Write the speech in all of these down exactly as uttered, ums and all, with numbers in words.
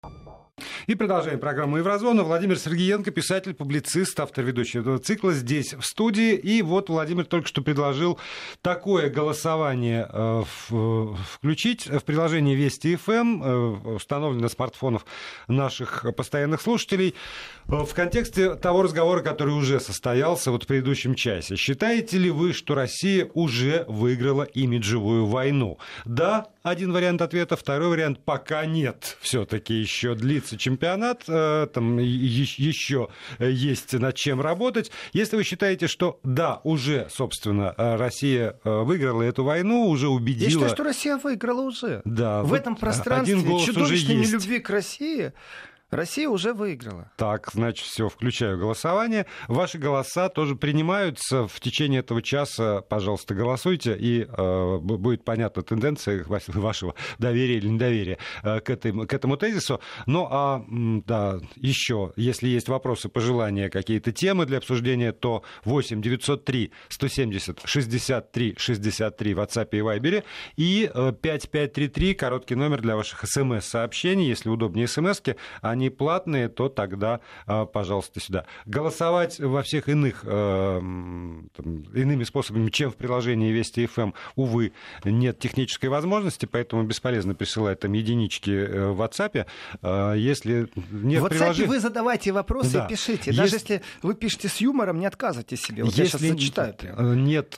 И продолжаем программу «Еврозона». Владимир Сергеенко, писатель, публицист, автор ведущий этого цикла, здесь в студии. И вот Владимир только что предложил такое голосование э, в, включить в приложение Вести эф эм, э, установлено на смартфонах наших постоянных слушателей, э, в контексте того разговора, который уже состоялся вот в предыдущем часе. Считаете ли вы, что Россия уже выиграла имиджевую войну? Да, один вариант ответа, второй вариант — пока нет. Все-таки еще длится чемпионат, там еще есть над чем работать. Если вы считаете, что да, уже, собственно, Россия выиграла эту войну, уже убедила... Я считаю, что Россия выиграла уже. Да, в вот этом пространстве чудовищной нелюбви к России... Россия уже выиграла. Так, значит, все, включаю голосование. Ваши голоса тоже принимаются. В течение этого часа, пожалуйста, голосуйте, и э, будет понятна тенденция вашего доверия или недоверия э, к, этой, к этому тезису. Ну, а да, еще, если есть вопросы, пожелания, какие-то темы для обсуждения, то восемь девятьсот три сто семьдесят шестьдесят три шестьдесят три в WhatsApp и Viber, и э, пять пять три три, короткий номер для ваших смс-сообщений. Если удобнее смс-ки, они платные, то тогда, пожалуйста, сюда. Голосовать во всех иных, там, иными способами, чем в приложении Вести эф эм, увы, нет технической возможности, поэтому бесполезно присылать там единички в WhatsApp. Если нет в WhatsApp приложения... вы задавайте вопросы, да, и пишите. Даже есть... если вы пишете с юмором, не отказывайте себе. Вот если я сейчас зачитаю. Нет...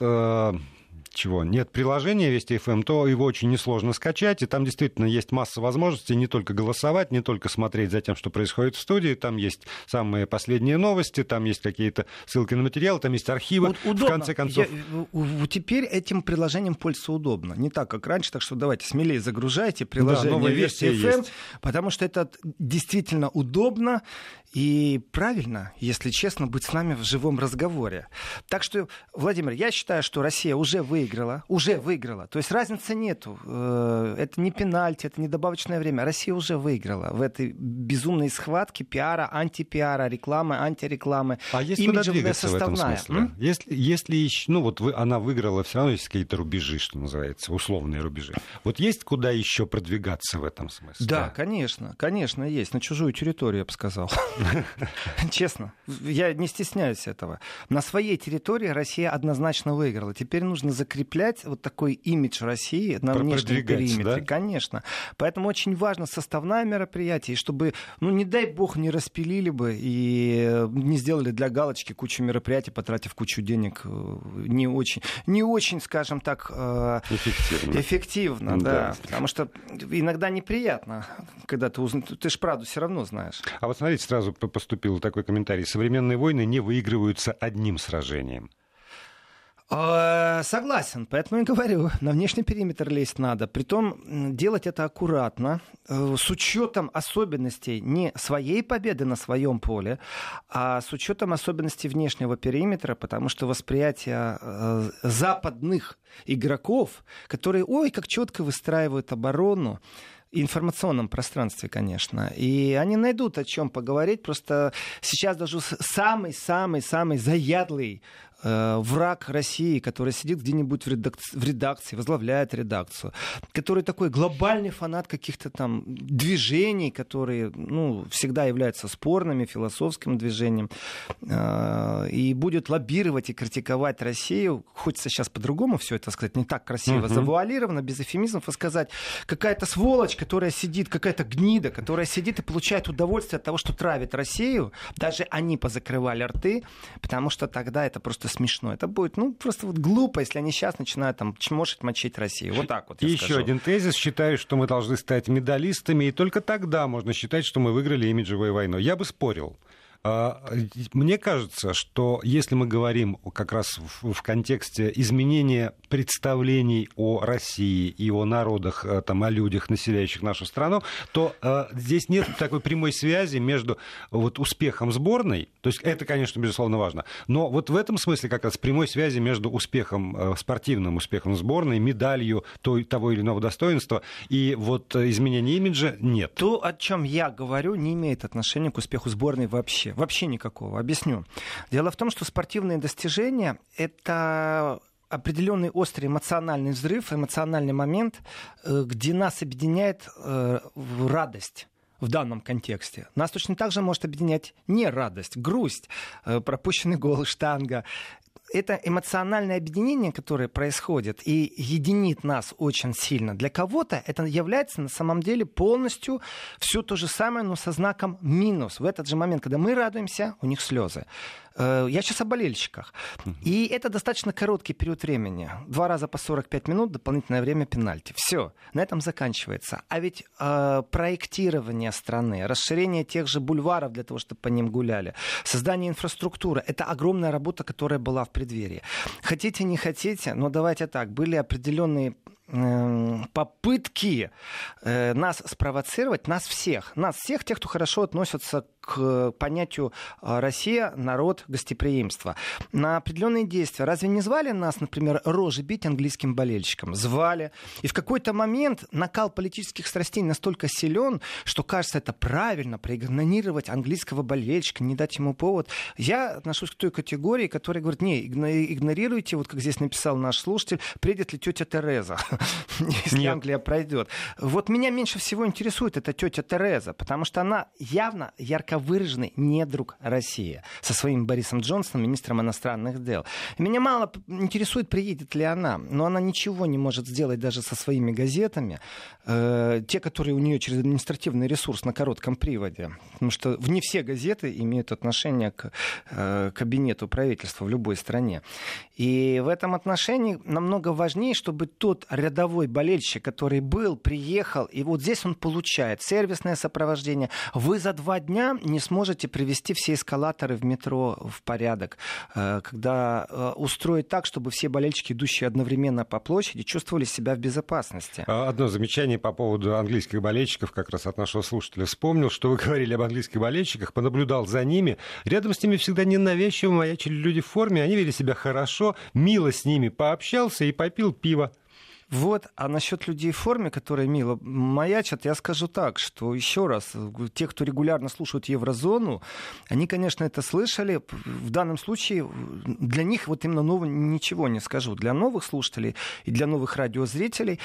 Чего? Нет приложения Вести эф эм, то его очень несложно скачать, и там действительно есть масса возможностей не только голосовать, не только смотреть за тем, что происходит в студии, там есть самые последние новости, там есть какие-то ссылки на материалы, там есть архивы. Удобно. В конце концов... Я, теперь этим приложением пользоваться удобно. Не так, как раньше, так что давайте смелее загружайте приложение да, Вести эф эм, потому что это действительно удобно и правильно, если честно, быть с нами в живом разговоре. Так что, Владимир, я считаю, что Россия уже выиграла. Выиграла, уже выиграла. То есть разницы нету. Это не пенальти, это не добавочное время. Россия уже выиграла в этой безумной схватке пиара, антипиара, рекламы, антирекламы. А есть куда двигаться в этом смысле? Если, если ну вот вы, она выиграла, все равно есть какие-то рубежи, что называется, условные рубежи. Вот есть куда еще продвигаться в этом смысле? Да, конечно, конечно, есть. На чужую территорию, я бы сказал. Честно, я не стесняюсь этого. На своей территории Россия однозначно выиграла. Теперь нужно закреплять вот такой имидж России на внешнем периметре. Да? Конечно. Поэтому очень важно составное мероприятие, чтобы, ну, не дай бог, не распилили бы и не сделали для галочки кучу мероприятий, потратив кучу денег не очень, не очень, скажем так, эффективно. эффективно да. Да. Потому что иногда неприятно, когда ты узнаешь, ты ж правду все равно знаешь. А вот смотрите, сразу поступил такой комментарий. Современные войны не выигрываются одним сражением. Согласен, поэтому и говорю, на внешний периметр лезть надо. Притом делать это аккуратно, с учетом особенностей не своей победы на своем поле, а с учетом особенностей внешнего периметра, потому что восприятие западных игроков, которые, ой, как четко выстраивают оборону, информационном пространстве, конечно. И они найдут о чем поговорить. Просто сейчас даже самый-самый-самый заядлый э, враг России, который сидит где-нибудь в, редак... в редакции, возглавляет редакцию, который такой глобальный фанат каких-то там движений, которые, ну, всегда являются спорными, философским движением, э, и будет лоббировать и критиковать Россию. Хочется сейчас по-другому все это сказать, не так красиво, uh-huh. завуалированно, без эвфемизмов, и сказать, какая-то сволочь, которая сидит, какая-то гнида, которая сидит и получает удовольствие от того, что травит Россию, даже они позакрывали рты, потому что тогда это просто смешно. Это будет, ну, просто вот глупо, если они сейчас начинают там чмошить, мочить Россию. Вот так вот я и скажу. Еще один тезис. Считаю, что мы должны стать медалистами, и только тогда можно считать, что мы выиграли имиджевую войну. Я бы спорил. Мне кажется, что если мы говорим как раз в, в контексте изменения представлений о России и о народах, там, о людях, населяющих нашу страну, то э, здесь нет такой прямой связи между вот, успехом сборной, то есть это, конечно, безусловно важно, но вот в этом смысле как раз прямой связи между успехом, э, спортивным успехом сборной, медалью той, того или иного достоинства и вот изменение имиджа нет. То, о чем я говорю, не имеет отношения к успеху сборной вообще. Вообще никакого. Объясню. Дело в том, что спортивные достижения — это определенный острый эмоциональный взрыв, эмоциональный момент, где нас объединяет радость. в данном контексте. Нас точно так же может объединять не радость, грусть, пропущенный гол, штанга. Это эмоциональное объединение, которое происходит и единит нас очень сильно. Для кого-то это является на самом деле полностью все то же самое, но со знаком минус. В этот же момент, когда мы радуемся, у них слезы. Я сейчас о болельщиках. И это достаточно короткий период времени. Два раза по сорок пять минут, дополнительное время пенальти. Все, на этом заканчивается. А ведь э, проектирование страны, расширение тех же бульваров для того, чтобы по ним гуляли, создание инфраструктуры — это огромная работа, которая была в преддверии. Хотите, не хотите, но давайте так, были определенные попытки э, нас спровоцировать, нас всех, нас всех, тех, кто хорошо относится к понятию «Россия, народ, гостеприимство». На определенные действия. Разве не звали нас, например, рожи бить английским болельщикам? Звали. И в какой-то момент накал политических страстей настолько силен, что кажется, это правильно, проигнорировать английского болельщика, не дать ему повод. Я отношусь к той категории, которая говорит: не, игнорируйте, вот как здесь написал наш слушатель, приедет ли тетя Тереза, если Нет. Англия пройдет. Вот меня меньше всего интересует эта тетя Тереза, потому что она явно ярко выраженный недруг России со своим Борисом Джонсоном, министром иностранных дел. Меня мало интересует, приедет ли она, но она ничего не может сделать даже со своими газетами, э, те, которые у нее через административный ресурс на коротком приводе, потому что не все газеты имеют отношение к э, кабинету правительства в любой стране. И в этом отношении намного важнее, чтобы тот рядовой болельщик, который был, приехал, и вот здесь он получает сервисное сопровождение. Вы за два дня не сможете привести все эскалаторы в метро в порядок, когда устроить так, чтобы все болельщики, идущие одновременно по площади, чувствовали себя в безопасности. Одно замечание по поводу английских болельщиков, как раз от нашего слушателя вспомнил, что вы говорили об английских болельщиках, понаблюдал за ними. Рядом с ними всегда ненавязчиво маячили люди в форме, они вели себя хорошо, мило с ними пообщался и попил пиво. Вот, а насчет людей в форме, которые мило маячат, я скажу так, что еще раз, те, кто регулярно слушают Еврозону, они, конечно, это слышали. В данном случае для них вот именно нового ничего не скажу. Для новых слушателей и для новых радиозрителей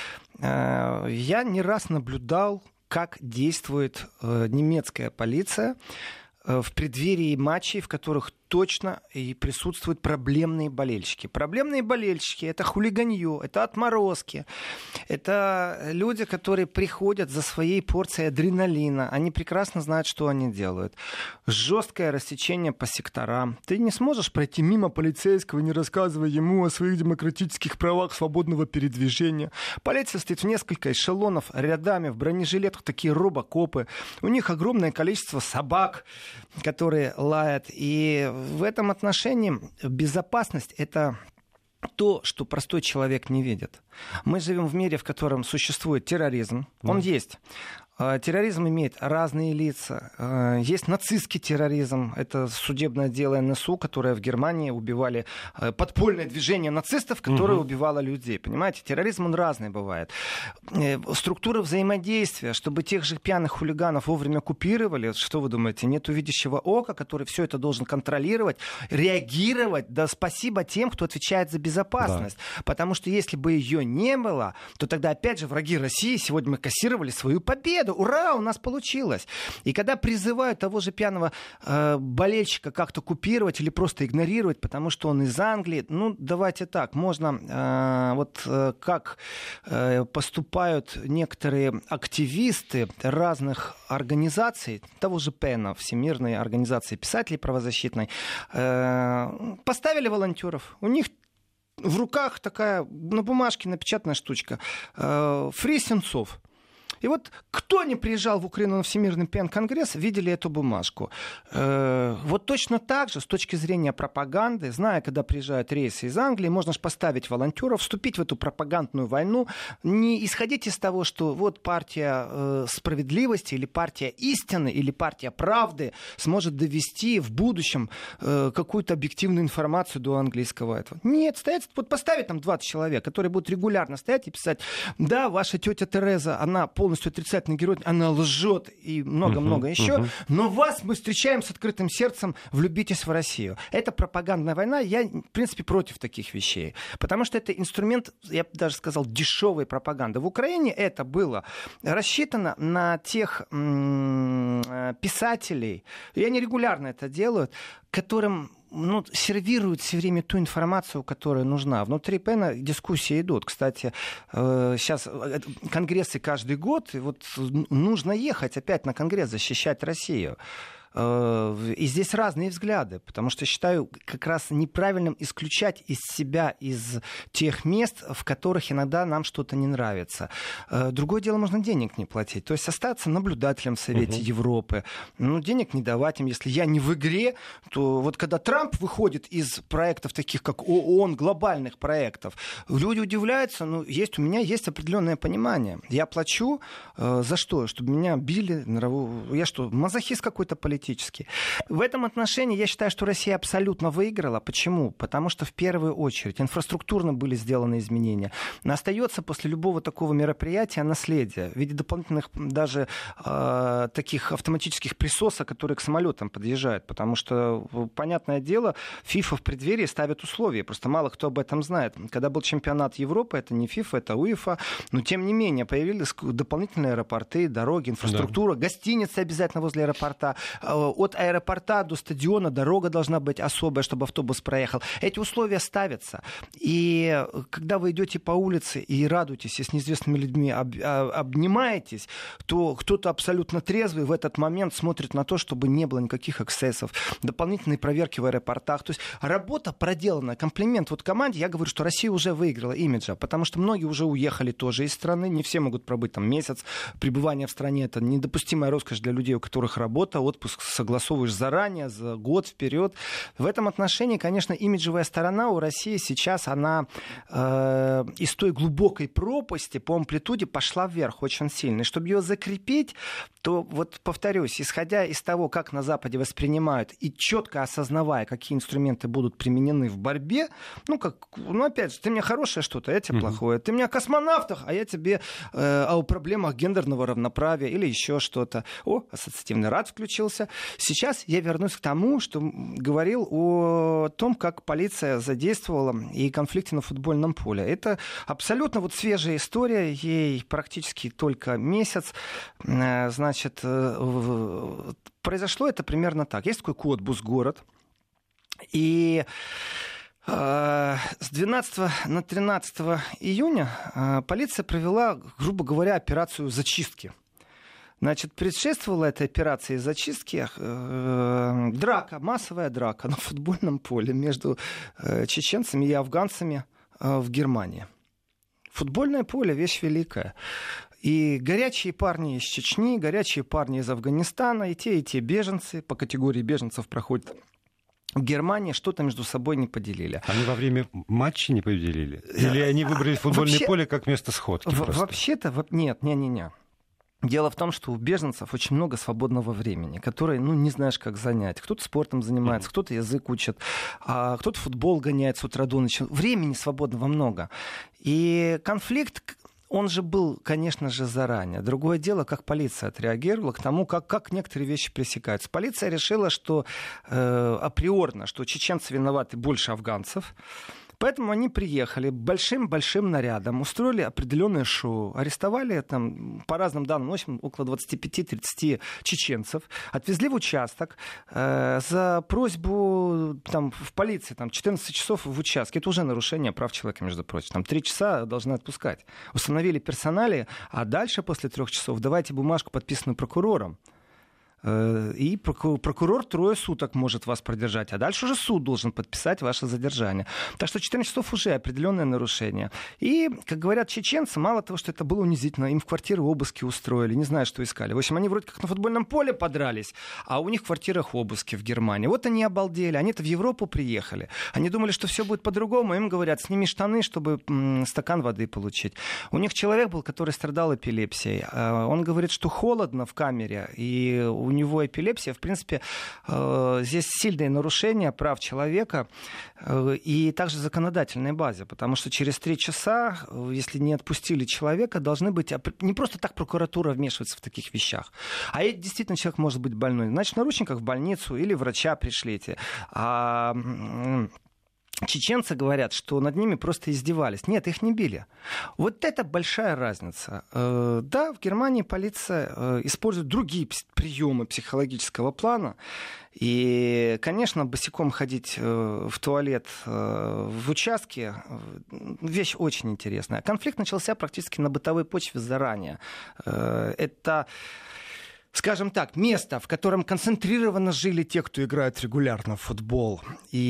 я не раз наблюдал, как действует немецкая полиция в преддверии матчей, в которых точно и присутствуют проблемные болельщики. Проблемные болельщики — это хулиганье, это отморозки, это люди, которые приходят за своей порцией адреналина. Они прекрасно знают, что они делают. Жесткое рассечение по секторам. Ты не сможешь пройти мимо полицейского, не рассказывая ему о своих демократических правах свободного передвижения. Полиция стоит в несколько эшелонов рядами, в бронежилетах такие робокопы. У них огромное количество собак, которые лают. И в этом отношении безопасность — это то, что простой человек не видит. Мы живем в мире, в котором существует терроризм. Он mm. есть. Терроризм имеет разные лица. Есть нацистский терроризм. Это судебное дело эн эс у, которое в Германии убивали подпольное движение нацистов, которое угу. убивало людей. Понимаете, терроризм, он разный бывает. Структура взаимодействия, чтобы тех же пьяных хулиганов вовремя купировали. Что вы думаете? Нету видящего ока, который все это должен контролировать, реагировать. Да спасибо тем, кто отвечает за безопасность. Да. Потому что если бы ее не было, то тогда опять же враги России сегодня мы кассировали свою победу. Ура, у нас получилось. И когда призывают того же пьяного э, болельщика как-то купировать или просто игнорировать, потому что он из Англии, ну, давайте так, можно, э, вот э, как э, поступают некоторые активисты разных организаций, того же ПЭНа, Всемирной организации писателей правозащитной, э, поставили волонтеров. У них в руках такая на бумажке напечатанная штучка. Э, Фри Сенцов. И вот кто не приезжал в Украину на Всемирный пен-конгресс, видели эту бумажку. Э, вот точно так же, с точки зрения пропаганды, зная, когда приезжают рейсы из Англии, можно же поставить волонтеров, вступить в эту пропагандную войну, не исходить из того, что вот партия э, справедливости или партия истины или партия правды сможет довести в будущем э, какую-то объективную информацию до английского этого. Нет, стоять, вот поставить там двадцать человек, которые будут регулярно стоять и писать: да, ваша тетя Тереза, она полностью полностью отрицательный герой, она лжет и много-много uh-huh, еще. Uh-huh. Но вас мы встречаем с открытым сердцем, влюбитесь в Россию. Это пропагандная война. Я, в принципе, против таких вещей. Потому что это инструмент, я бы даже сказал, дешевой пропаганды. В Украине это было рассчитано на тех м- писателей, и они регулярно это делают, которым ну, сервируют все время ту информацию, которая нужна. Внутри Пена дискуссии идут. Кстати, э, сейчас конгрессы каждый год, и вот нужно ехать опять на конгресс, защищать Россию. И здесь разные взгляды, потому что считаю как раз неправильным исключать из себя, из тех мест, в которых иногда нам что-то не нравится. Другое дело, можно денег не платить, то есть остаться наблюдателем в Совете угу. Европы, ну, денег не давать им. Если я не в игре, то вот когда Трамп выходит из проектов таких, как ООН, глобальных проектов, люди удивляются, ну, есть, у меня есть определенное понимание. Я плачу э, за что? Чтобы меня били, я что, мазохист какой-то политический? В этом отношении я считаю, что Россия абсолютно выиграла. Почему? Потому что в первую очередь инфраструктурно были сделаны изменения. Но остается после любого такого мероприятия наследие в виде дополнительных даже э, таких автоматических присосок, которые к самолетам подъезжают. Потому что, понятное дело, ФИФА в преддверии ставит условия. Просто мало кто об этом знает. Когда был чемпионат Европы, это не ФИФА, это УЕФА. Но тем не менее появились дополнительные аэропорты, дороги, инфраструктура, да. Гостиницы обязательно возле аэропорта. От аэропорта до стадиона дорога должна быть особая, чтобы автобус проехал. Эти условия ставятся. И когда вы идете по улице и радуетесь, и с неизвестными людьми об, обнимаетесь, то кто-то абсолютно трезвый в этот момент смотрит на то, чтобы не было никаких эксцессов, дополнительные проверки в аэропортах. То есть работа проделана. Комплимент вот команде. Я говорю, что Россия уже выиграла имиджа, потому что многие уже уехали тоже из страны. Не все могут пробыть там месяц. Пребывание в стране — это недопустимая роскошь для людей, у которых работа, отпуск согласовываешь заранее, за год вперед. В этом отношении, конечно, имиджевая сторона у России сейчас, она э, из той глубокой пропасти по амплитуде пошла вверх очень сильно. И чтобы ее закрепить, то, вот повторюсь, исходя из того, как на Западе воспринимают и четко осознавая, какие инструменты будут применены в борьбе, ну, как, ну опять же, ты мне хорошее что-то, я тебе mm-hmm. плохое. Ты мне о космонавтах, а я тебе э, о проблемах гендерного равноправия или еще что-то. О, ассоциативный ряд включился. Сейчас я вернусь к тому, что говорил о том, как полиция задействовала и конфликте на футбольном поле. Это абсолютно вот свежая история, ей практически только месяц. Значит, произошло это примерно так. Есть такой Котбус-город, и с двенадцатого на тринадцатое июня полиция провела, грубо говоря, операцию зачистки. Значит, предшествовала этой операции зачистки э, драка, массовая драка на футбольном поле между э, чеченцами и афганцами э, в Германии. Футбольное поле — вещь великая. И горячие парни из Чечни, горячие парни из Афганистана, и те, и те беженцы, по категории беженцев проходят в Германии, что-то между собой не поделили. Они во время матча не поделили? Или они выбрали футбольное Вообще... поле как место сходки? В- вообще-то, нет, не-не-не. Дело в том, что у беженцев очень много свободного времени, которое, ну, не знаешь, как занять. Кто-то спортом занимается, mm-hmm. кто-то язык учит, а кто-то футбол гоняет с утра до ночи. Времени свободного много. И конфликт, он же был, конечно же, заранее. Другое дело, как полиция отреагировала к тому, как, как некоторые вещи пресекаются. Полиция решила, что э, априорно, что чеченцы виноваты больше афганцев. Поэтому они приехали большим-большим нарядом, устроили определенное шоу, арестовали там, по разным данным, в общем, около двадцать пять тридцать чеченцев, отвезли в участок э, за просьбу там, в полиции, там, четырнадцать часов в участке. Это уже нарушение прав человека, между прочим. Там три часа должны отпускать. Установили персоналии, а дальше после трех часов давайте бумажку, подписанную прокурором. И прокурор трое суток может вас продержать, а дальше уже суд должен подписать ваше задержание. Так что четырнадцать часов уже определенное нарушение. И, как говорят чеченцы, мало того, что это было унизительно, им в квартиры обыски устроили, не знаю, что искали. В общем, они вроде как на футбольном поле подрались, а у них в квартирах обыски в Германии. Вот они обалдели, они-то в Европу приехали. Они думали, что все будет по-другому, им говорят, сними штаны, чтобы м- стакан воды получить. У них человек был, который страдал эпилепсией. Он говорит, что холодно в камере, и у у него эпилепсия. В принципе, здесь сильные нарушения прав человека и также законодательной базе, потому что через три часа, если не отпустили человека, должны быть... Не просто так прокуратура вмешивается в таких вещах, а действительно человек может быть больной. Значит, в наручниках в больницу или врача пришлите. А чеченцы говорят, что над ними просто издевались. Нет, их не били. Вот это большая разница. Да, в Германии полиция использует другие приемы психологического плана. И, конечно, босиком ходить в туалет в участке — вещь очень интересная. Конфликт начался практически на бытовой почве заранее. Это... Скажем так, место, в котором концентрированно жили те, кто играет регулярно в футбол,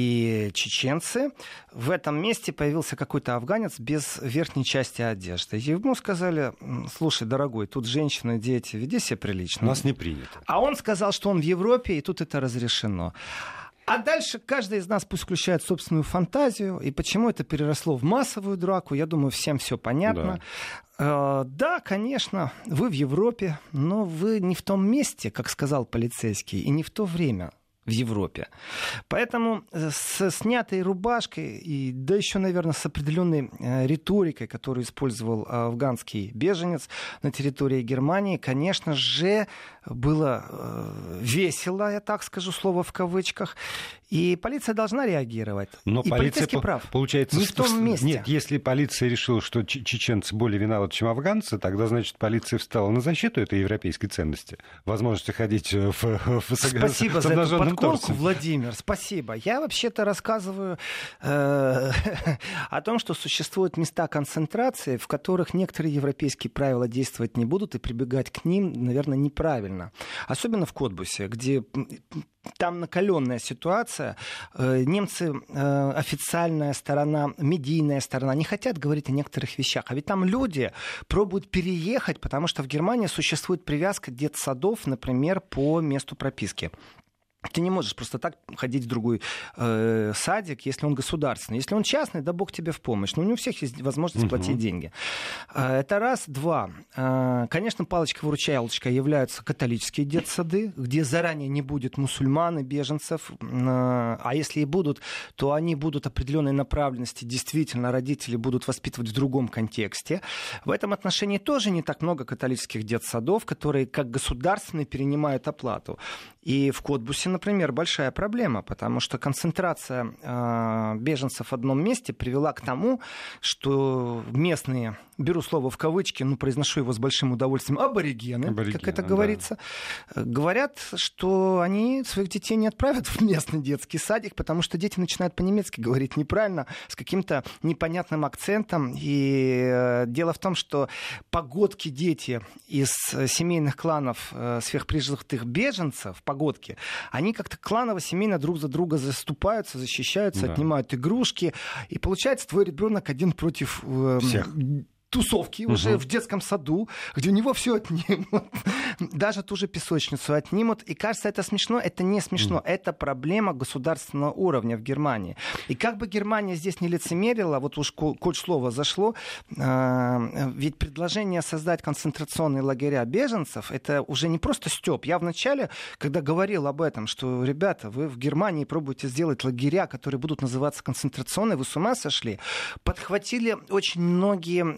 и чеченцы. В этом месте появился какой-то афганец без верхней части одежды. Ему сказали: слушай, дорогой, тут женщины, дети, веди себя прилично. У нас не принято. А он сказал, что он в Европе, и тут это разрешено. А дальше каждый из нас пусть включает собственную фантазию. И почему это переросло в массовую драку, я думаю, всем все понятно. Да. Э, да, конечно, вы в Европе, но вы не в том месте, как сказал полицейский, и не в то время в Европе. Поэтому с снятой рубашкой, и, да еще, наверное, с определенной э, риторикой, которую использовал афганский беженец на территории Германии, конечно же, было э, весело, я так скажу, слово в кавычках. И полиция должна реагировать. Но и полиция, полицейский прав. Получается, не в том месте. Нет, если полиция решила, что чеченцы более виноваты, чем афганцы, тогда, значит, полиция встала на защиту этой европейской ценности. Возможности ходить в, в, в Спасибо с за эту подколку, торсом. Владимир. Спасибо. Я вообще-то рассказываю э, о том, что существуют места концентрации, в которых некоторые европейские правила действовать не будут, и прибегать к ним, наверное, неправильно. Особенно в Котбусе, где... Там накаленная ситуация. Немцы, официальная сторона, медийная сторона не хотят говорить о некоторых вещах. А ведь там люди пробуют переехать, потому что в Германии существует привязка детсадов, например, по месту прописки. Ты не можешь просто так ходить в другой э, садик, если он государственный. Если он частный, да бог тебе в помощь. Но не у всех есть возможность uh-huh. платить деньги. Э, это раз. Два. Э, конечно, палочка-выручалочка являются католические детсады, где заранее не будет мусульман и беженцев. Э, а если и будут, то они будут определенной направленности. Действительно, родители будут воспитывать в другом контексте. В этом отношении тоже не так много католических детсадов, которые как государственные перенимают оплату. И в Котбусе, например, большая проблема, потому что концентрация э, беженцев в одном месте привела к тому, что местные, беру слово в кавычки, ну, произношу его с большим удовольствием, аборигены, аборигены как это да. говорится, говорят, что они своих детей не отправят в местный детский садик, потому что дети начинают по-немецки говорить неправильно, с каким-то непонятным акцентом. И э, дело в том, что погодки дети из семейных кланов э, сверхприжитых беженцев, погодки, они как-то кланово-семейно друг за друга заступаются, защищаются, да. отнимают игрушки. И получается, твой ребенок один против... Э, всех. Тусовки угу. уже в детском саду, где у него все отнимут. Даже ту же песочницу отнимут. И кажется, это смешно. Это не смешно. Угу. Это проблема государственного уровня в Германии. И как бы Германия здесь не лицемерила, вот уж коль слово зашло, э, ведь предложение создать концентрационные лагеря беженцев, это уже не просто стёб. Я вначале, когда говорил об этом, что, ребята, вы в Германии пробуете сделать лагеря, которые будут называться концентрационные, вы с ума сошли, подхватили очень многие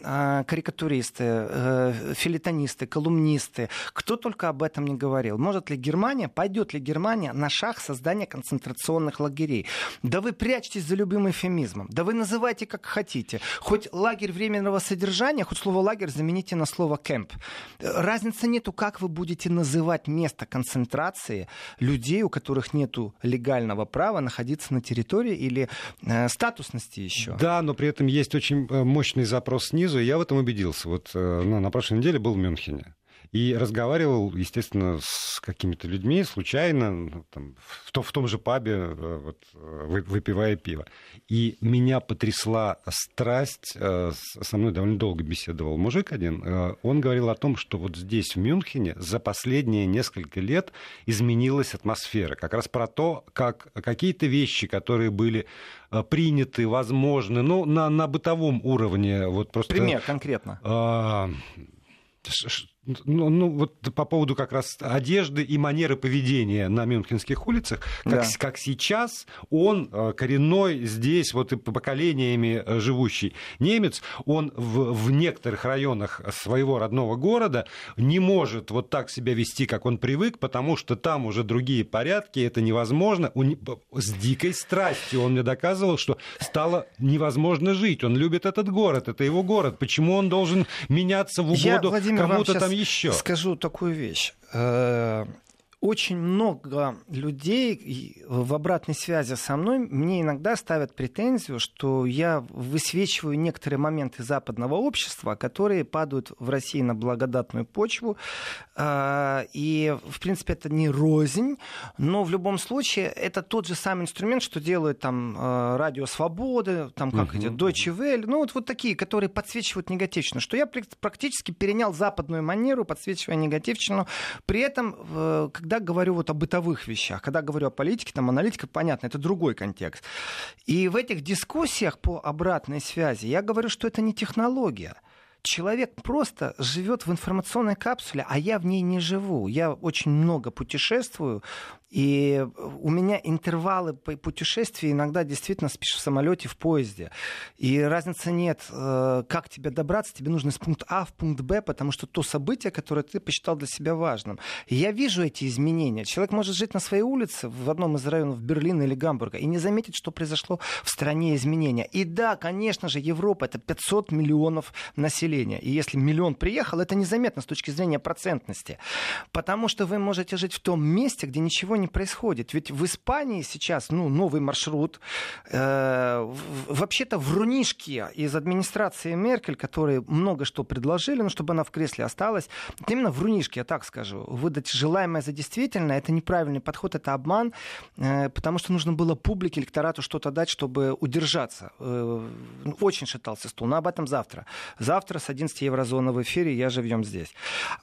карикатуристы, филитонисты, колумнисты, кто только об этом не говорил. Может ли Германия, пойдет ли Германия на шаг создания концентрационных лагерей? Да вы прячьтесь за любым эвфемизмом, да вы называйте как хотите. Хоть лагерь временного содержания, хоть слово лагерь замените на слово кемп. Разницы нету, как вы будете называть место концентрации людей, у которых нету легального права находиться на территории или э, статусности еще. Да, но при этом есть очень мощный запрос снизу. Я в этом убедился. Вот ну, на прошлой неделе был в Мюнхене. И разговаривал, естественно, с какими-то людьми случайно, там, в, том, в том же пабе, вот, выпивая пиво. И меня потрясла страсть. Со мной довольно долго беседовал мужик один. Он говорил о том, что вот здесь, в Мюнхене, за последние несколько лет изменилась атмосфера. Как раз про то, как какие-то вещи, которые были приняты, возможны, ну, на, на бытовом уровне. Вот просто, пример конкретно. Ну, ну, вот по поводу как раз одежды и манеры поведения на мюнхенских улицах, как, да. как сейчас он, коренной здесь, вот и поколениями живущий немец, он в, в некоторых районах своего родного города не может вот так себя вести, как он привык, потому что там уже другие порядки, это невозможно. С дикой страстью он мне доказывал, что стало невозможно жить. Он любит этот город, это его город. Почему он должен меняться в угоду кому-то там еще? Скажу такую вещь. Очень много людей в обратной связи со мной мне иногда ставят претензию, что я высвечиваю некоторые моменты западного общества, которые падают в России на благодатную почву. И, в принципе, это не рознь, но в любом случае это тот же самый инструмент, что делают там Радио Свободы, там как эти, Deutsche Welle, ну вот, вот такие, которые подсвечивают негативщину, что я практически перенял западную манеру, подсвечивая негативщину. При этом, когда Когда говорю вот о бытовых вещах, когда говорю о политике, там, аналитика, понятно, это другой контекст. И в этих дискуссиях по обратной связи я говорю, что это не технология. Человек просто живет в информационной капсуле, а я в ней не живу. Я очень много путешествую, и у меня интервалы по путешествию иногда действительно спишь в самолете, в поезде. И разницы нет, как тебе добраться. Тебе нужно из пункта А в пункт Б, потому что то событие, которое ты посчитал для себя важным. И я вижу эти изменения. Человек может жить на своей улице в одном из районов Берлина или Гамбурга и не заметить, что произошло в стране изменения. И да, конечно же, Европа — это пятьсот миллионов населения. И если миллион приехал, это незаметно с точки зрения процентности. Потому что вы можете жить в том месте, где ничего не происходит. Ведь в Испании сейчас ну, новый маршрут. Э, вообще-то врунишки из администрации Меркель, которые много что предложили, ну, чтобы она в кресле осталась. Это именно врунишки, я так скажу. Выдать желаемое за действительное — это неправильный подход, это обман, э, потому что нужно было публике, электорату что-то дать, чтобы удержаться. Э, очень шатался стул, но об этом завтра. Завтра с одиннадцати еврозоны в эфире, я живем здесь.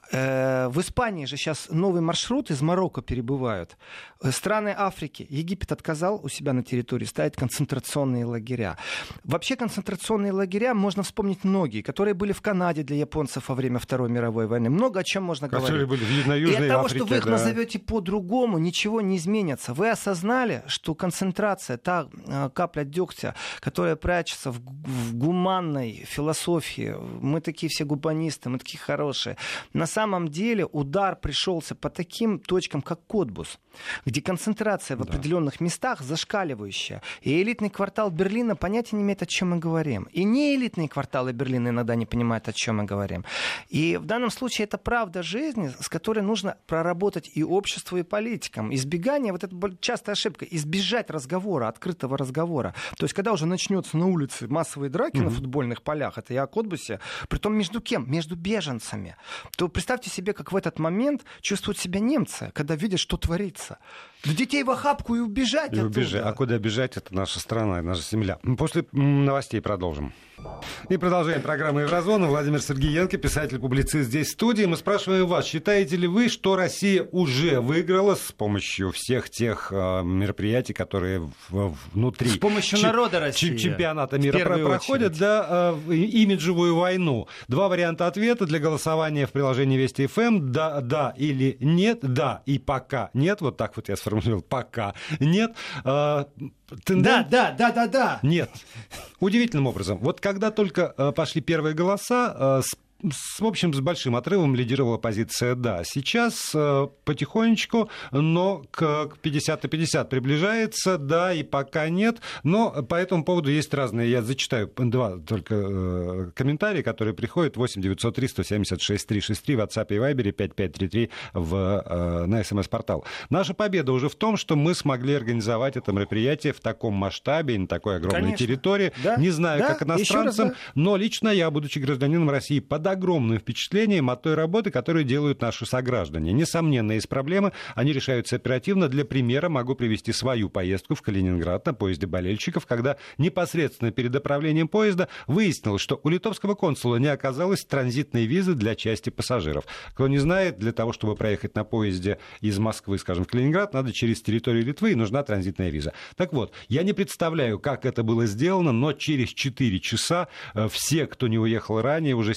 Э, в Испании же сейчас новый маршрут из Марокко перебывают. Страны Африки. Египет отказал у себя на территории ставить концентрационные лагеря. Вообще концентрационные лагеря можно вспомнить многие, которые были в Канаде для японцев во время Второй мировой войны. Много о чем можно которые говорить. Были в на Южной И от того, Африке, что вы их да. назовете по-другому, ничего не изменится. Вы осознали, что концентрация, та капля дегтя, которая прячется в, в гуманной философии, мы такие все гуманисты, мы такие хорошие. На самом деле удар пришелся по таким точкам, как Котбус, где концентрация в определенных да. местах зашкаливающая. И элитный квартал Берлина понятия не имеет, о чем мы говорим. И не элитные кварталы Берлина иногда не понимают, о чем мы говорим. И в данном случае это правда жизни, с которой нужно проработать и обществу, и политикам. Избегание, вот это частая ошибка, избежать разговора, открытого разговора. То есть, когда уже начнется на улице массовые драки mm-hmm. на футбольных полях, это я о Котбусе, притом между кем? Между беженцами. То представьте себе, как в этот момент чувствуют себя немцы, когда видят, что творится. Детей в охапку и убежать и убежать. А куда бежать? Это наша страна, наша земля. После новостей продолжим. И продолжаем программу «Еврозона». Владимир Сергеенко, писатель-публицист, здесь в студии. Мы спрашиваем вас, считаете ли вы, что Россия уже выиграла с помощью всех тех э, мероприятий, которые в, внутри... С помощью ч- народа России. Чемпионата мира про- проходят, да, э, имиджевую войну. Два варианта ответа для голосования в приложении Вести эф эм. Да, да или нет. Да и пока нет. Вот так вот я сформулировал. Пока нет. Э, Тенден... Да, да, да, да, да. Нет. Удивительным образом. Вот когда только э, пошли первые голоса, э, с С, в общем, с большим отрывом лидировала позиция «да». Сейчас э, потихонечку, но к пятьдесят на пятьдесят приближается, да, и пока нет. Но по этому поводу есть разные. Я зачитаю два только э, комментария, которые приходят. восемь девятьсот три сто семьдесят шесть триста шестьдесят три в WhatsApp и Viber, пять пять три три в, э, на СМС-портал. Наша победа уже в том, что мы смогли организовать это мероприятие в таком масштабе и на такой огромной Конечно. территории. Да. Не знаю, да. как иностранцам, раз, да. но лично я, будучи гражданином России, под огромным впечатлением от той работы, которую делают наши сограждане. Несомненно, есть проблемы, они решаются оперативно. Для примера могу привести свою поездку в Калининград на поезде болельщиков, когда непосредственно перед отправлением поезда выяснилось, что у литовского консула не оказалось транзитной визы для части пассажиров. Кто не знает, для того, чтобы проехать на поезде из Москвы, скажем, в Калининград, надо через территорию Литвы, и нужна транзитная виза. Так вот, я не представляю, как это было сделано, но через четыре часа все, кто не уехал ранее, уже сидели в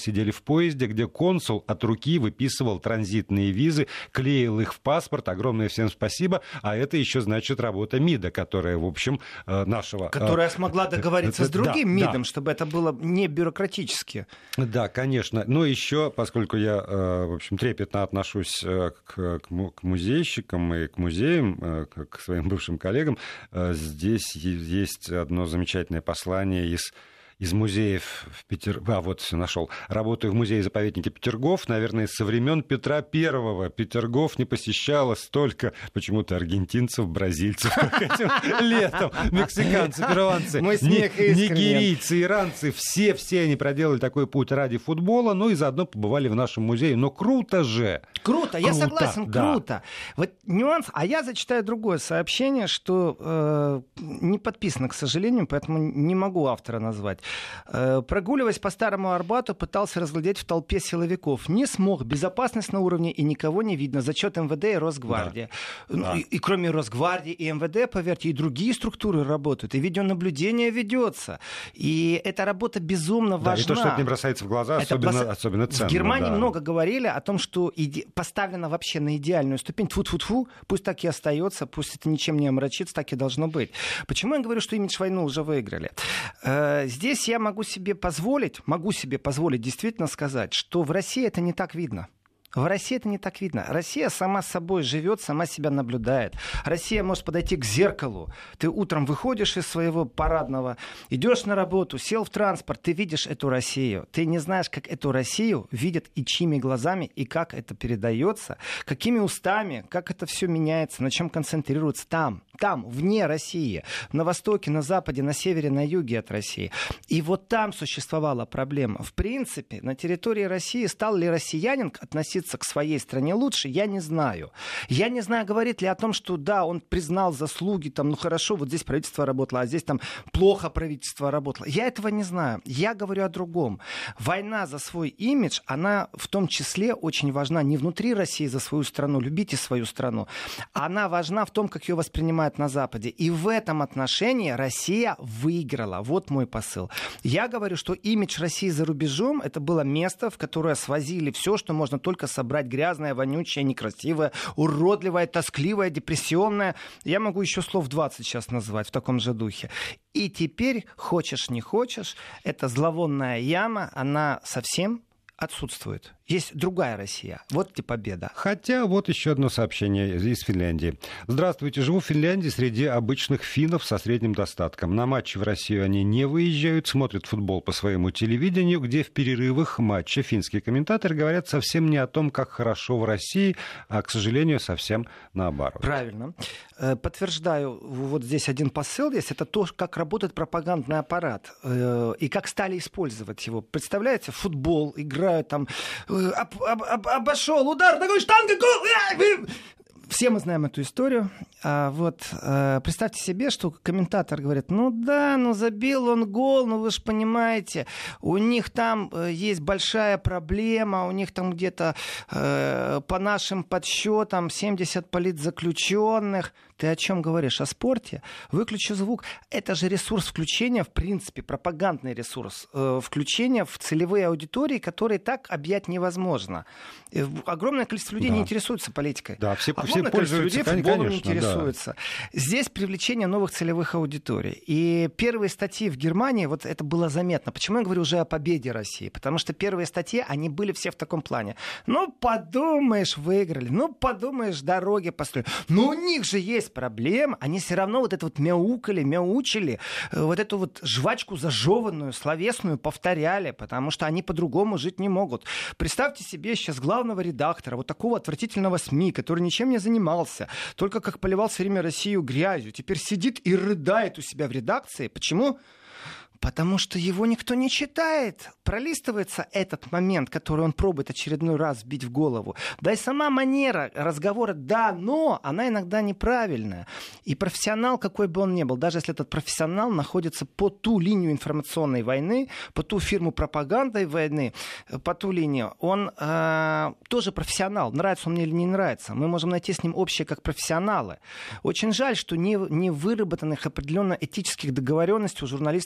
в поезде, где консул от руки выписывал транзитные визы, клеил их в паспорт. Огромное всем спасибо. А это еще, значит, работа МИДа, которая, в общем, нашего... Которая смогла договориться с другим да, МИДом, да. чтобы это было не бюрократически. Да, конечно. Но еще, поскольку я, в общем, трепетно отношусь к, к музейщикам и к музеям, к своим бывшим коллегам, здесь есть одно замечательное послание из... из музеев в Петербурге, а вот все нашел. Работаю в музее-заповеднике Петергоф, наверное, со времен Петра Первого. Петергоф не посещало столько почему-то аргентинцев, бразильцев, как этим летом. Мексиканцы, перуанцы, нигерийцы, иранцы. Все, все они проделали такой путь ради футбола, ну и заодно побывали в нашем музее. Но круто же! Круто, я согласен, да. круто. Вот нюанс, а я зачитаю другое сообщение, что э, не подписано, к сожалению, поэтому не могу автора назвать. Прогуливаясь по Старому Арбату, пытался разглядеть в толпе силовиков. Не смог. Безопасность на уровне и никого не видно. Зачет МВД и Росгвардии. Да. Да. И, и кроме Росгвардии и МВД, поверьте, и другие структуры работают. И видеонаблюдение ведется. И эта работа безумно да, важна. И то, что это не бросается в глаза, особенно, брос... особенно ценно. В Германии да. много говорили о том, что иде... поставлено вообще на идеальную ступень. Тьфу-тьфу-тьфу. Пусть так и остается, пусть это ничем не омрачится, так и должно быть. Почему я говорю, что имидж войну уже выиграли? Здесь я могу себе позволить, могу себе позволить действительно сказать, что в России это не так видно. В России это не так видно. Россия сама собой живет, сама себя наблюдает. Россия может подойти к зеркалу. Ты утром выходишь из своего парадного, идешь на работу, сел в транспорт, ты видишь эту Россию. Ты не знаешь, как эту Россию видят и чьими глазами, и как это передается, какими устами, как это все меняется, на чем концентрируется там, там, вне России, на востоке, на западе, на севере, на юге от России. И вот там существовала проблема. В принципе, на территории России стал ли россиянин относиться к своей стране лучше, я не знаю. Я не знаю, говорит ли о том, что да, он признал заслуги, там, ну хорошо, вот здесь правительство работало, а здесь там плохо правительство работало. Я этого не знаю. Я говорю о другом. Война за свой имидж, она в том числе очень важна не внутри России за свою страну, любите свою страну, она важна в том, как ее воспринимают на Западе. И в этом отношении Россия выиграла. Вот мой посыл. Я говорю, что имидж России за рубежом, это было место, в которое свозили все, что можно только собрать грязное, вонючее, некрасивое, уродливое, тоскливое, депрессионное. Я могу еще слов двадцать сейчас назвать в таком же духе. И теперь, хочешь не хочешь, эта зловонная яма, она совсем отсутствует. Есть другая Россия. Вот тебе победа. Хотя вот еще одно сообщение из Финляндии. Здравствуйте. Живу в Финляндии среди обычных финнов со средним достатком. На матчи в Россию они не выезжают, смотрят футбол по своему телевидению, где в перерывах матча финские комментаторы говорят совсем не о том, как хорошо в России, а, к сожалению, совсем наоборот. Правильно. Подтверждаю, вот здесь один посыл есть. Это то, как работает пропагандный аппарат и как стали использовать его. Представляете, футбол, играют там... Об, об, об, обошел, удар, такой штанга, гол. Все мы знаем эту историю. А вот а, представьте себе, что комментатор говорит, ну да, ну забил он гол, ну вы же понимаете, у них там э, есть большая проблема, у них там где-то э, по нашим подсчетам семьдесят политзаключенных. Ты о чем говоришь? О спорте? Выключи звук. Это же ресурс включения, в принципе, пропагандный ресурс. Э, включения в целевые аудитории, которые так объять невозможно. Э, огромное количество людей да. не интересуется политикой. Да, все, огромное все количество людей футболом конечно, не интересуется. Да. Здесь привлечение новых целевых аудиторий. И первые статьи в Германии, вот это было заметно. Почему я говорю уже о победе России? Потому что первые статьи, они были все в таком плане. Ну, подумаешь, выиграли. Ну, подумаешь, дороги построили. Но у них же есть проблем, они все равно вот это вот мяукали, мяучили, вот эту вот жвачку зажеванную, словесную повторяли, потому что они по-другому жить не могут. Представьте себе сейчас главного редактора, вот такого отвратительного СМИ, который ничем не занимался, только как поливал все время Россию грязью, теперь сидит и рыдает у себя в редакции. Почему? Потому что его никто не читает. Пролистывается этот момент, который он пробует очередной раз бить в голову. Да и сама манера разговора «да, но», она иногда неправильная. И профессионал, какой бы он ни был, даже если этот профессионал находится по ту линию информационной войны, по ту фирму пропаганды войны, по ту линию, он э, тоже профессионал. Нравится он мне или не нравится. Мы можем найти с ним общее как профессионалы. Очень жаль, что не, не выработанных определенно этических договоренностей у журналистов, как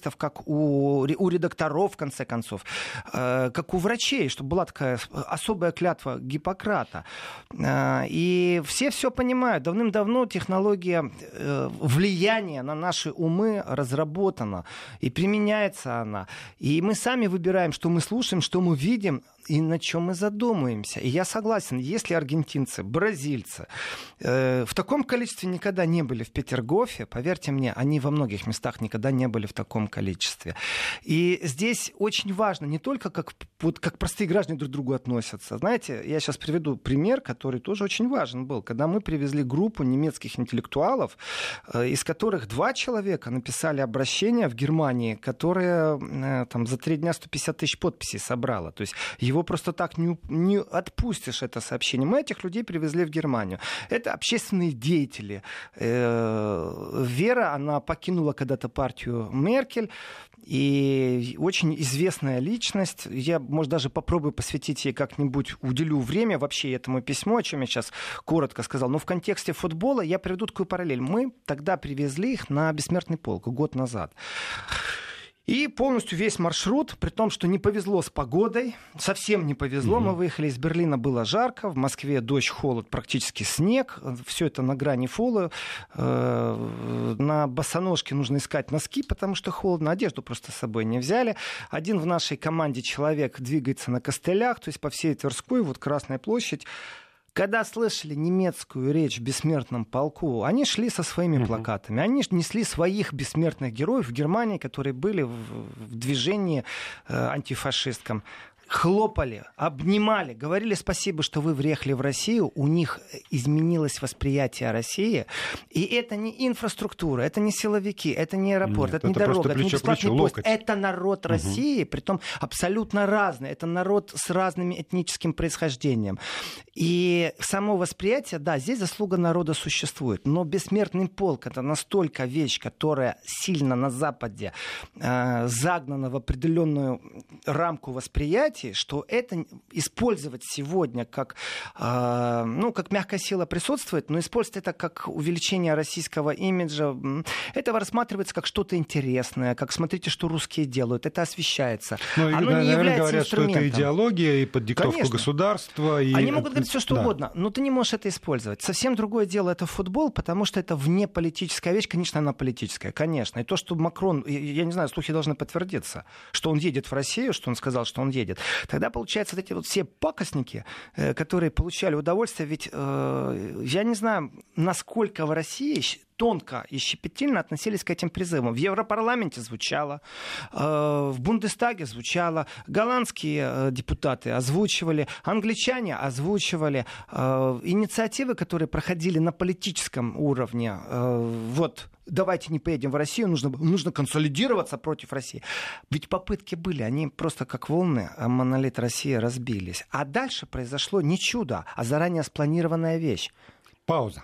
у, у редакторов, в конце концов, э, как у врачей, чтобы была такая особая клятва Гиппократа. Э, и все все понимают. Давным-давно технология э, влияния на наши умы разработана, и применяется она. И мы сами выбираем, что мы слушаем, что мы видим, и на чем мы задумаемся. И я согласен, если аргентинцы, бразильцы э, в таком количестве никогда не были в Петергофе, поверьте мне, они во многих местах никогда не были в таком количестве. И здесь очень важно не только как, вот, как простые граждане друг к другу относятся. Знаете, я сейчас приведу пример, который тоже очень важен был. Когда мы привезли группу немецких интеллектуалов, э, из которых два человека написали обращение в Германии, которое э, там, за три дня сто пятьдесят тысяч подписей собрало. То есть его просто так не, не отпустишь, это сообщение. Мы этих людей привезли в Германию. Это общественные деятели. Э, Вера, она покинула когда-то партию Меркель, и очень известная личность. Я, может, даже попробую посвятить ей как-нибудь, уделю время вообще этому письму, о чем я сейчас коротко сказал. Но в контексте футбола я приведу такую параллель. Мы тогда привезли их на Бессмертный полк год назад. И полностью весь маршрут, при том, что не повезло с погодой, совсем не повезло. Mm-hmm. Мы выехали из Берлина, было жарко, в Москве дождь, холод, практически снег. Все это на грани фола. На босоножке нужно искать носки, потому что холодно. Одежду просто с собой не взяли. Один в нашей команде человек двигается на костылях, то есть по всей Тверской, вот Красная площадь. Когда слышали немецкую речь в бессмертном полку, они шли со своими uh-huh. плакатами. Они несли своих бессмертных героев в Германии, которые были в, в движении э, антифашистском. Хлопали, обнимали, говорили спасибо, что вы приехали в Россию. У них изменилось восприятие России. И это не инфраструктура, это не силовики, это не аэропорт, Нет, это, это не дорога, это не бесплатный поезд. Это народ России, угу. притом абсолютно разный. Это народ с разным этническим происхождением. И само восприятие, да, здесь заслуга народа существует. Но бессмертный полк — это настолько вещь, которая сильно на Западе э, загнана в определенную рамку восприятия, что это использовать сегодня как, э, ну, как мягкая сила присутствует, но использовать это как увеличение российского имиджа, это рассматривается как что-то интересное, как смотрите, что русские делают, это освещается. Ну, Оно наверное, не является говорят, инструментом. Что это идеология и под диктовку Конечно. Государства. И... Они могут говорить все, что да. угодно, но ты не можешь это использовать. Совсем другое дело — это футбол, потому что это внеполитическая вещь. Конечно, она политическая, конечно. И то, что Макрон, я не знаю, слухи должны подтвердиться, что он едет в Россию, что он сказал, что он едет. Тогда, получается, вот эти вот все пакостники, которые получали удовольствие, ведь э, я не знаю, насколько в России тонко и щепетильно относились к этим призывам. В Европарламенте звучало, э, в Бундестаге звучало, голландские э, депутаты озвучивали, англичане озвучивали. Э, инициативы, которые проходили на политическом уровне, э, вот, давайте не поедем в Россию, нужно, нужно консолидироваться против России. Ведь попытки были, они просто как волны, а монолит России разбились. А дальше произошло не чудо, а заранее спланированная вещь. Пауза.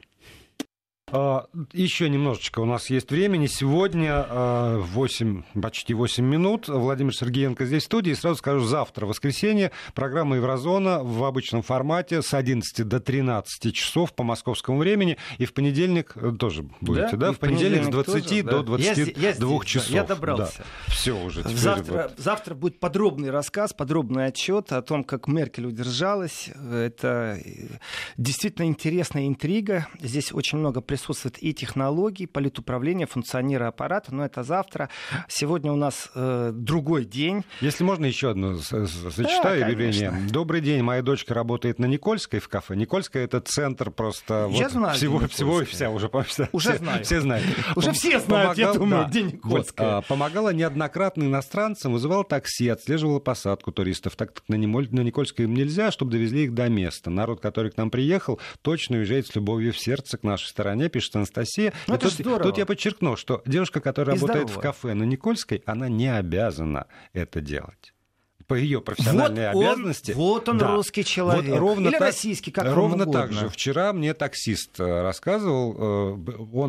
Еще немножечко у нас есть времени. Сегодня восемь, почти восемь минут. Владимир Сергеенко здесь в студии. И сразу скажу, завтра, воскресенье, программа «Еврозона» в обычном формате с одиннадцати до тринадцати часов по московскому времени. И в понедельник тоже будете, да? да? В понедельник, понедельник с двадцати тоже, до двадцати двух часов. Я добрался. Да. Все уже. Завтра, будет. завтра будет подробный рассказ, подробный отчет о том, как Меркель удержалась. Это действительно интересная интрига. Здесь очень много присутствует и технологий, политуправления, функционера аппарата, но это завтра. Сегодня у нас э, другой день. Если можно, еще одно зачитаю да, объявление. Конечно. Добрый день, моя дочка работает на Никольской в кафе. Никольская — это центр просто Я вот знаю, всего, всего и вся. Уже, уже все, знаю. Все знают. Уже все знают, я думаю, где Никольская. Помогала неоднократно иностранцам, вызывала такси, отслеживала посадку туристов. Так на Никольской им нельзя, чтобы довезли их до места. Народ, который к нам приехал, точно уезжает с любовью в сердце к нашей стороне, пишет Анастасия. Ну, тут, тут я подчеркну, что девушка, которая и работает здорово. в кафе на Никольской, она не обязана это делать. По ее профессиональной вот обязанности. Он, вот он, да. русский человек. Вот ровно Или так, российский, как ровно вам угодно. так же. Вчера мне таксист рассказывал, он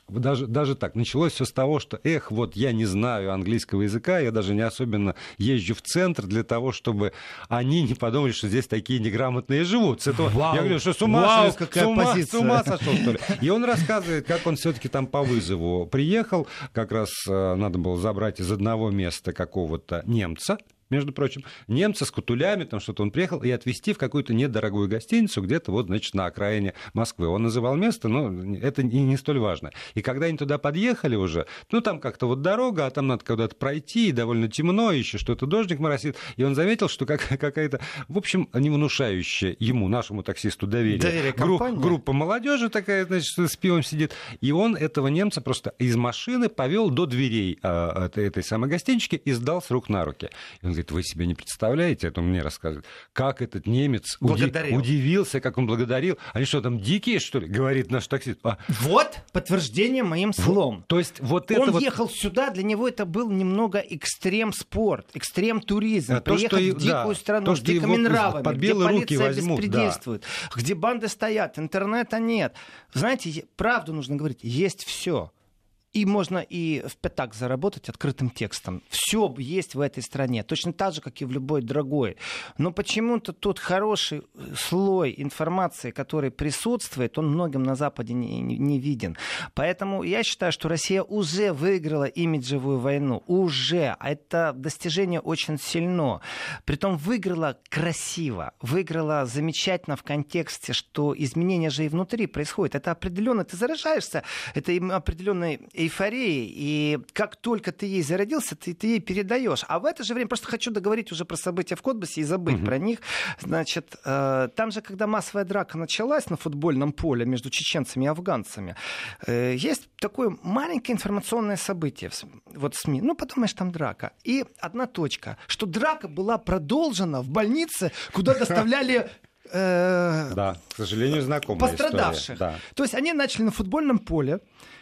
Даже, даже так, началось все с того, что, эх, вот я не знаю английского языка, я даже не особенно езжу в центр для того, чтобы они не подумали, что здесь такие неграмотные живут. С этого, я говорю, что с ума, Вау, с, какая с, ума, позиция. с ума сошел, что ли. И он рассказывает, как он все-таки там по вызову приехал, как раз э, надо было забрать из одного места какого-то немца, между прочим, немца с кутулями, там что-то он приехал, и отвезти в какую-то недорогую гостиницу где-то вот, значит, на окраине Москвы. Он называл место, но это и не столь важно. И когда они туда подъехали уже, ну, там как-то вот дорога, а там надо куда-то пройти, и довольно темно, еще что-то дождик моросит, и он заметил, что как, какая-то, в общем, не внушающая ему, нашему таксисту, доверие, доверие Гру- группа молодежи такая, значит, с пивом сидит, и он этого немца просто из машины повел до дверей а, этой, этой самой гостинички и сдал с рук на руки. И он говорит, вы себе не представляете, это он мне рассказывает, как этот немец уди- удивился, как он благодарил. Они что, там дикие, что ли, говорит наш таксист? А... Вот подтверждение моим словам. То есть вот он это вот... ехал сюда, для него это был немного экстрем-спорт, экстрем-туризм. А Приехать то, что в дикую да, страну то, с дикими нравами, под где белые руки полиция возьмут, беспредельствует, да. где банды стоят, интернета нет. Знаете, правду нужно говорить, есть все. И можно и в пятак заработать открытым текстом. Все есть в этой стране, точно так же, как и в любой другой. Но почему-то тот хороший слой информации, который присутствует, он многим на Западе не, не, не виден. Поэтому я считаю, что Россия уже выиграла имиджевую войну. Уже. А это достижение очень сильно. Притом выиграла красиво. Выиграла замечательно в контексте, что изменения же и внутри происходят. Это определенно, ты заражаешься, это определенный эйфории, и как только ты ей зародился, ты, ты ей передаешь. А в это же время, просто хочу договорить уже про события в Котбасе и забыть uh-huh. про них. Значит, э, там же, когда массовая драка началась на футбольном поле между чеченцами и афганцами, э, есть такое маленькое информационное событие в, вот в СМИ. Ну, подумаешь, там драка. И одна точка, что драка была продолжена в больнице, куда доставляли... Э, да, к сожалению, знакомая пострадавших. Да. То есть они начали на футбольном поле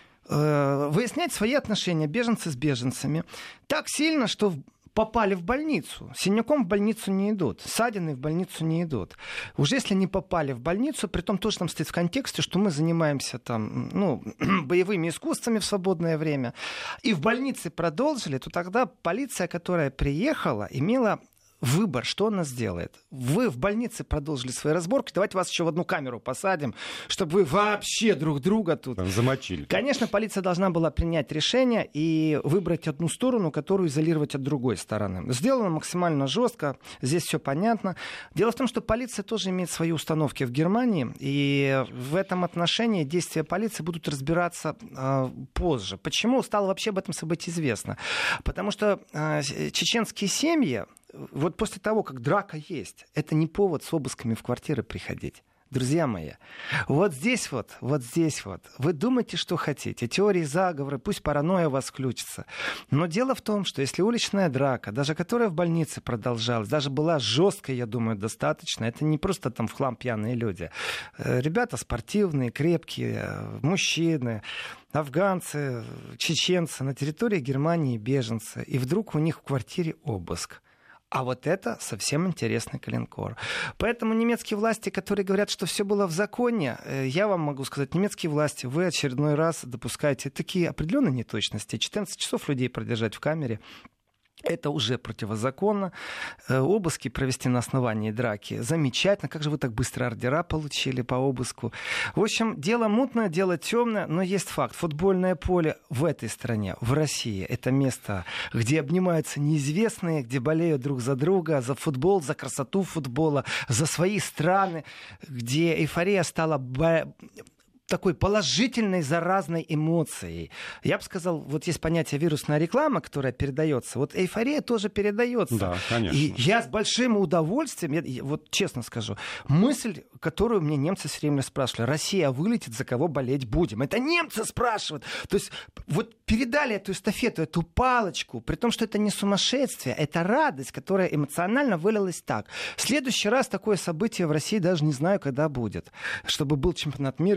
выяснять свои отношения беженцы с беженцами так сильно, что попали в больницу. Синяком в больницу не идут, ссадины в больницу не идут. Уже если не попали в больницу, при том тоже там стоит в контексте, что мы занимаемся там, ну, боевыми искусствами в свободное время, и в больнице продолжили, то тогда полиция, которая приехала, имела выбор, что она сделает. Вы в больнице продолжили свои разборки, давайте вас еще в одну камеру посадим, чтобы вы вообще друг друга тут... Там замочили. Конечно, полиция должна была принять решение и выбрать одну сторону, которую изолировать от другой стороны. Сделано максимально жестко, здесь все понятно. Дело в том, что полиция тоже имеет свои установки в Германии, и в этом отношении действия полиции будут разбираться э, позже. Почему стало вообще об этом событии известно? Потому что э, чеченские семьи, вот после того, как драка есть, это не повод с обысками в квартиры приходить. Друзья мои, вот здесь вот, вот здесь вот, вы думаете, что хотите, теории заговора, пусть паранойя вас включится. Но дело в том, что если уличная драка, даже которая в больнице продолжалась, даже была жесткой, я думаю, достаточно, это не просто там в хлам пьяные люди. Ребята спортивные, крепкие, мужчины, афганцы, чеченцы, на территории Германии беженцы, и вдруг у них в квартире обыск. А вот это совсем интересный коленкор. Поэтому немецкие власти, которые говорят, что все было в законе, я вам могу сказать, немецкие власти, вы очередной раз допускаете такие определенные неточности. четырнадцать часов людей продержать в камере. Это уже противозаконно. Обыски провести на основании драки. Замечательно. Как же вы так быстро ордера получили по обыску? В общем, дело мутное, дело темное, но есть факт. Футбольное поле в этой стране, в России, это место, где обнимаются неизвестные, где болеют друг за друга, за футбол, за красоту футбола, за свои страны, где эйфория стала... такой положительной заразной эмоцией. Я бы сказал, вот есть понятие вирусная реклама, которая передается. Вот эйфория тоже передается. Да, конечно. И я с большим удовольствием, я, вот честно скажу, мысль, которую мне немцы все время спрашивали, Россия вылетит, за кого болеть будем? Это немцы спрашивают. То есть вот передали эту эстафету, эту палочку, при том, что это не сумасшествие, это радость, которая эмоционально вылилась так. В следующий раз такое событие в России даже не знаю, когда будет. Чтобы был чемпионат мира еще и с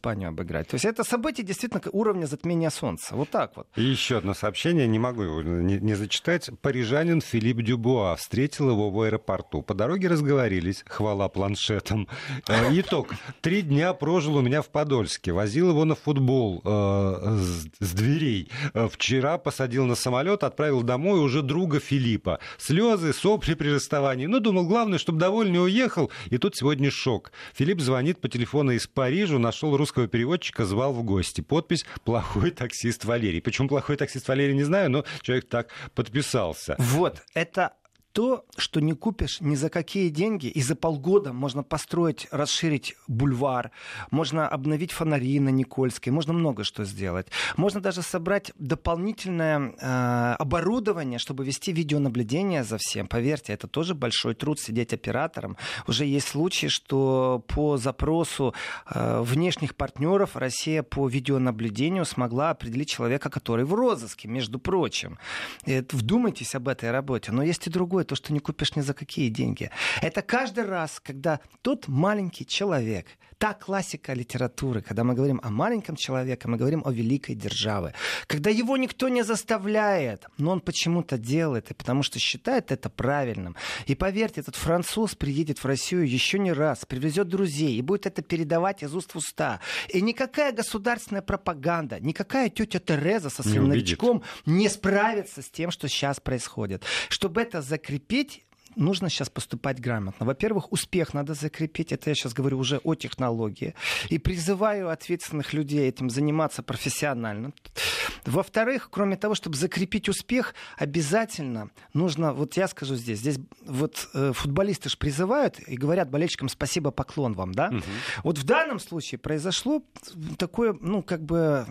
Испанию обыграть. То есть это событие действительно уровня затмения солнца. Вот так вот. И еще одно сообщение, не могу его не, не зачитать. Парижанин Филипп Дюбуа встретил его в аэропорту. По дороге разговорились, хвала планшетам. Итог. Три дня прожил у меня в Подольске. Возил его на футбол э, с, с дверей. Вчера посадил на самолет, отправил домой уже друга Филиппа. Слезы, сопли при расставании. Ну, думал, главное, чтобы довольный уехал. И тут сегодня шок. Филипп звонит по телефону из Парижа, нашел русского переводчика, звал в гости. Подпись «Плохой таксист Валерий». Почему плохой таксист Валерий, не знаю, но человек так подписался. Вот, это... то, что не купишь ни за какие деньги, и за полгода можно построить, расширить бульвар, можно обновить фонари на Никольской, можно много что сделать. Можно даже собрать дополнительное э, оборудование, чтобы вести видеонаблюдение за всем. Поверьте, это тоже большой труд сидеть оператором. Уже есть случаи, что по запросу э, внешних партнеров Россия по видеонаблюдению смогла определить человека, который в розыске, между прочим. И вдумайтесь об этой работе. Но есть и другое, то, что не купишь ни за какие деньги. Это каждый раз, когда тот маленький человек, та классика литературы, когда мы говорим о маленьком человеке, мы говорим о великой державе, когда его никто не заставляет, но он почему-то делает, и потому что считает это правильным. И поверьте, этот француз приедет в Россию еще не раз, привезет друзей и будет это передавать из уст в уста. И никакая государственная пропаганда, никакая тетя Тереза со своим новичком не справится с тем, что сейчас происходит. Чтобы это закрепить, нужно сейчас поступать грамотно. Во-первых, успех надо закрепить. Это я сейчас говорю уже о технологии. И призываю ответственных людей этим заниматься профессионально. Во-вторых, кроме того, чтобы закрепить успех, обязательно нужно, вот я скажу здесь, здесь вот э, футболисты же призывают и говорят болельщикам спасибо, поклон вам, да? Угу. Вот в данном случае произошло такое, ну, как бы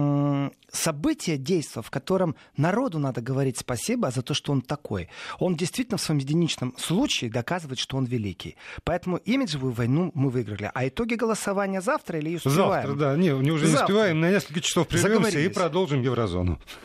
м- событие, действо, в котором народу надо говорить спасибо за то, что он такой. Он действительно в своем единичном случае доказывает, что он великий. Поэтому имиджевую войну мы выиграли. А итоги голосования завтра или успеваем? Завтра, да. Не, не уже завтра. Не успеваем. На несколько часов прервемся и продолжим Еврозону.